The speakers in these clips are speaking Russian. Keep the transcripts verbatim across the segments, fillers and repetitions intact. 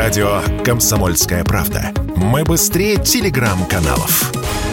Радио «Комсомольская правда». Мы быстрее телеграм-каналов.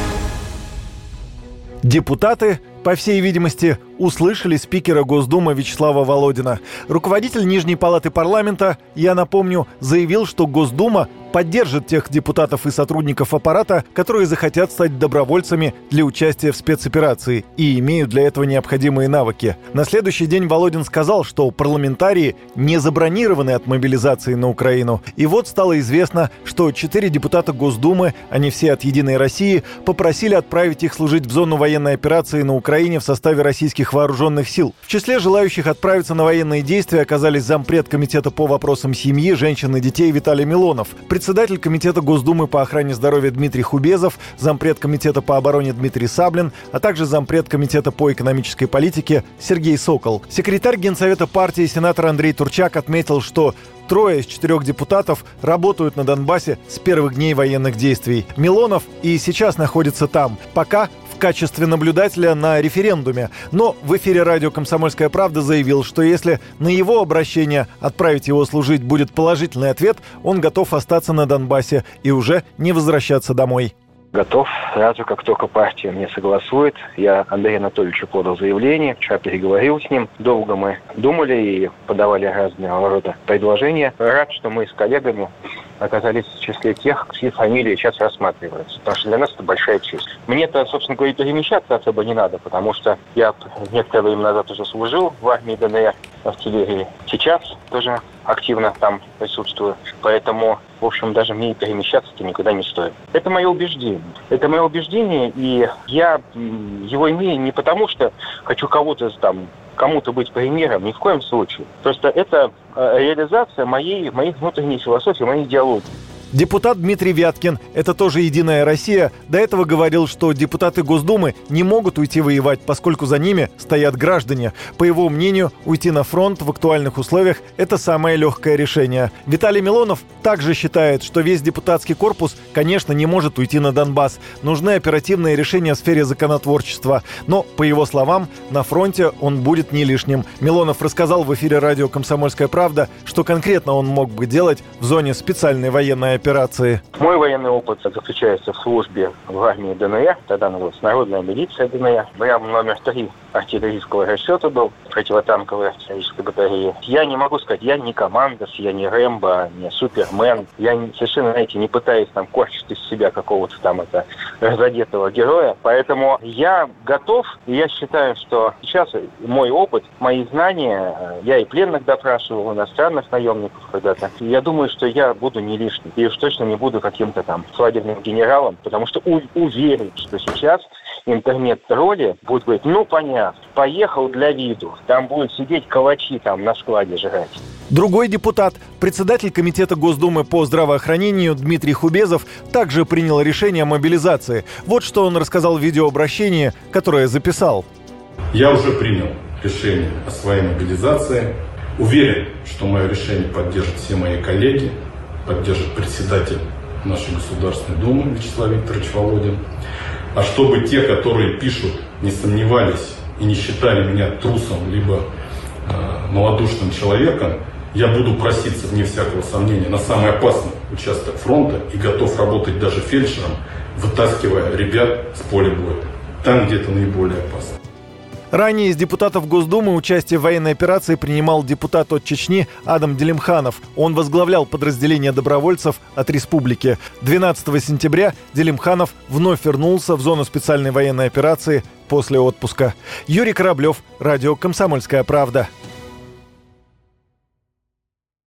Депутаты, по всей видимости, услышали спикера Госдумы Вячеслава Володина. Руководитель Нижней палаты парламента, я напомню, заявил, что Госдума поддержит тех депутатов и сотрудников аппарата, которые захотят стать добровольцами для участия в спецоперации и имеют для этого необходимые навыки. На следующий день Володин сказал, что парламентарии не забронированы от мобилизации на Украину. И вот стало известно, что четыре депутата Госдумы, они все от «Единой России», попросили отправить их служить в зону военной операции на Украине в составе российских вооруженных сил. В числе желающих отправиться на военные действия оказались зампред комитета по вопросам семьи, женщин и детей Виталий Милонов, председатель комитета Госдумы по охране здоровья Дмитрий Хубезов, зампред комитета по обороне Дмитрий Саблин, а также зампред комитета по экономической политике Сергей Сокол. Секретарь Генсовета партии сенатор Андрей Турчак отметил, что трое из четырех депутатов работают на Донбассе с первых дней военных действий. Милонов и сейчас находится там, пока в качестве наблюдателя на референдуме. Но в эфире радио «Комсомольская правда» заявил, что если на его обращение отправить его служить будет положительный ответ, он готов остаться на Донбассе и уже не возвращаться домой. Готов. Сразу, как только партия мне согласует. Я Андрею Анатольевичу подал заявление, вчера переговорил с ним. Долго мы думали и подавали разного рода предложения. Рад, что мы с коллегами оказались в числе тех, чьи фамилии сейчас рассматриваются. Потому что для нас это большая честь. Мне-то, собственно говоря, перемещаться особо не надо, потому что я некоторое время назад уже служил в армии ДНР, в артиллерии. Сейчас тоже активно там присутствую. Поэтому, в общем, даже мне и перемещаться-то никуда не стоит. Это мое убеждение. Это мое убеждение, и я его имею не потому, что хочу кого-то там кому-то быть примером, ни в коем случае. Просто это реализация моей, моей внутренней философии, моей идеологии. Депутат Дмитрий Вяткин, это тоже «Единая Россия», до этого говорил, что депутаты Госдумы не могут уйти воевать, поскольку за ними стоят граждане. По его мнению, уйти на фронт в актуальных условиях – это самое легкое решение. Виталий Милонов также считает, что весь депутатский корпус, конечно, не может уйти на Донбасс. Нужны оперативные решения в сфере законотворчества. Но, по его словам, на фронте он будет не лишним. Милонов рассказал в эфире радио «Комсомольская правда», что конкретно он мог бы делать в зоне специальной военной операции. Операции. Мой военный опыт заключается в службе в армии ДНР, тогда называлась Народная милиция ДНР. Я номер три артиллерийского расчета был, противотанковой артиллерийской батареи. Я не могу сказать, я не командос, я не Рэмбо, не Супермен. Я не, совершенно, знаете, не пытаюсь там корчить из себя какого-то там это разодетого героя. Поэтому я готов, и я считаю, что сейчас мой опыт, мои знания, я и пленных допрашивал, иностранных наемников когда-то. Я думаю, что я буду не лишним. И уж точно не буду каким-то там свадебным генералом, потому что у- уверен, что сейчас интернет-тролли будут говорить, ну понятно, поехал для виду, там будут сидеть калачи там на складе жрать. Другой депутат, председатель комитета Госдумы по здравоохранению Дмитрий Хубезов, также принял решение о мобилизации. Вот что он рассказал в видеообращении, которое записал. Я уже принял решение о своей мобилизации. Уверен, что мое решение поддержат все мои коллеги, поддержит председатель нашей Государственной Думы Вячеслав Викторович Володин. А чтобы те, которые пишут, не сомневались и не считали меня трусом, либо э, малодушным человеком, я буду проситься, вне всякого сомнения, на самый опасный участок фронта и готов работать даже фельдшером, вытаскивая ребят с поля боя, там, где это наиболее опасно. Ранее из депутатов Госдумы участие в военной операции принимал депутат от Чечни Адам Делимханов. Он возглавлял подразделение добровольцев от республики. двенадцатого сентября Делимханов вновь вернулся в зону специальной военной операции после отпуска. Юрий Кораблев, радио «Комсомольская правда».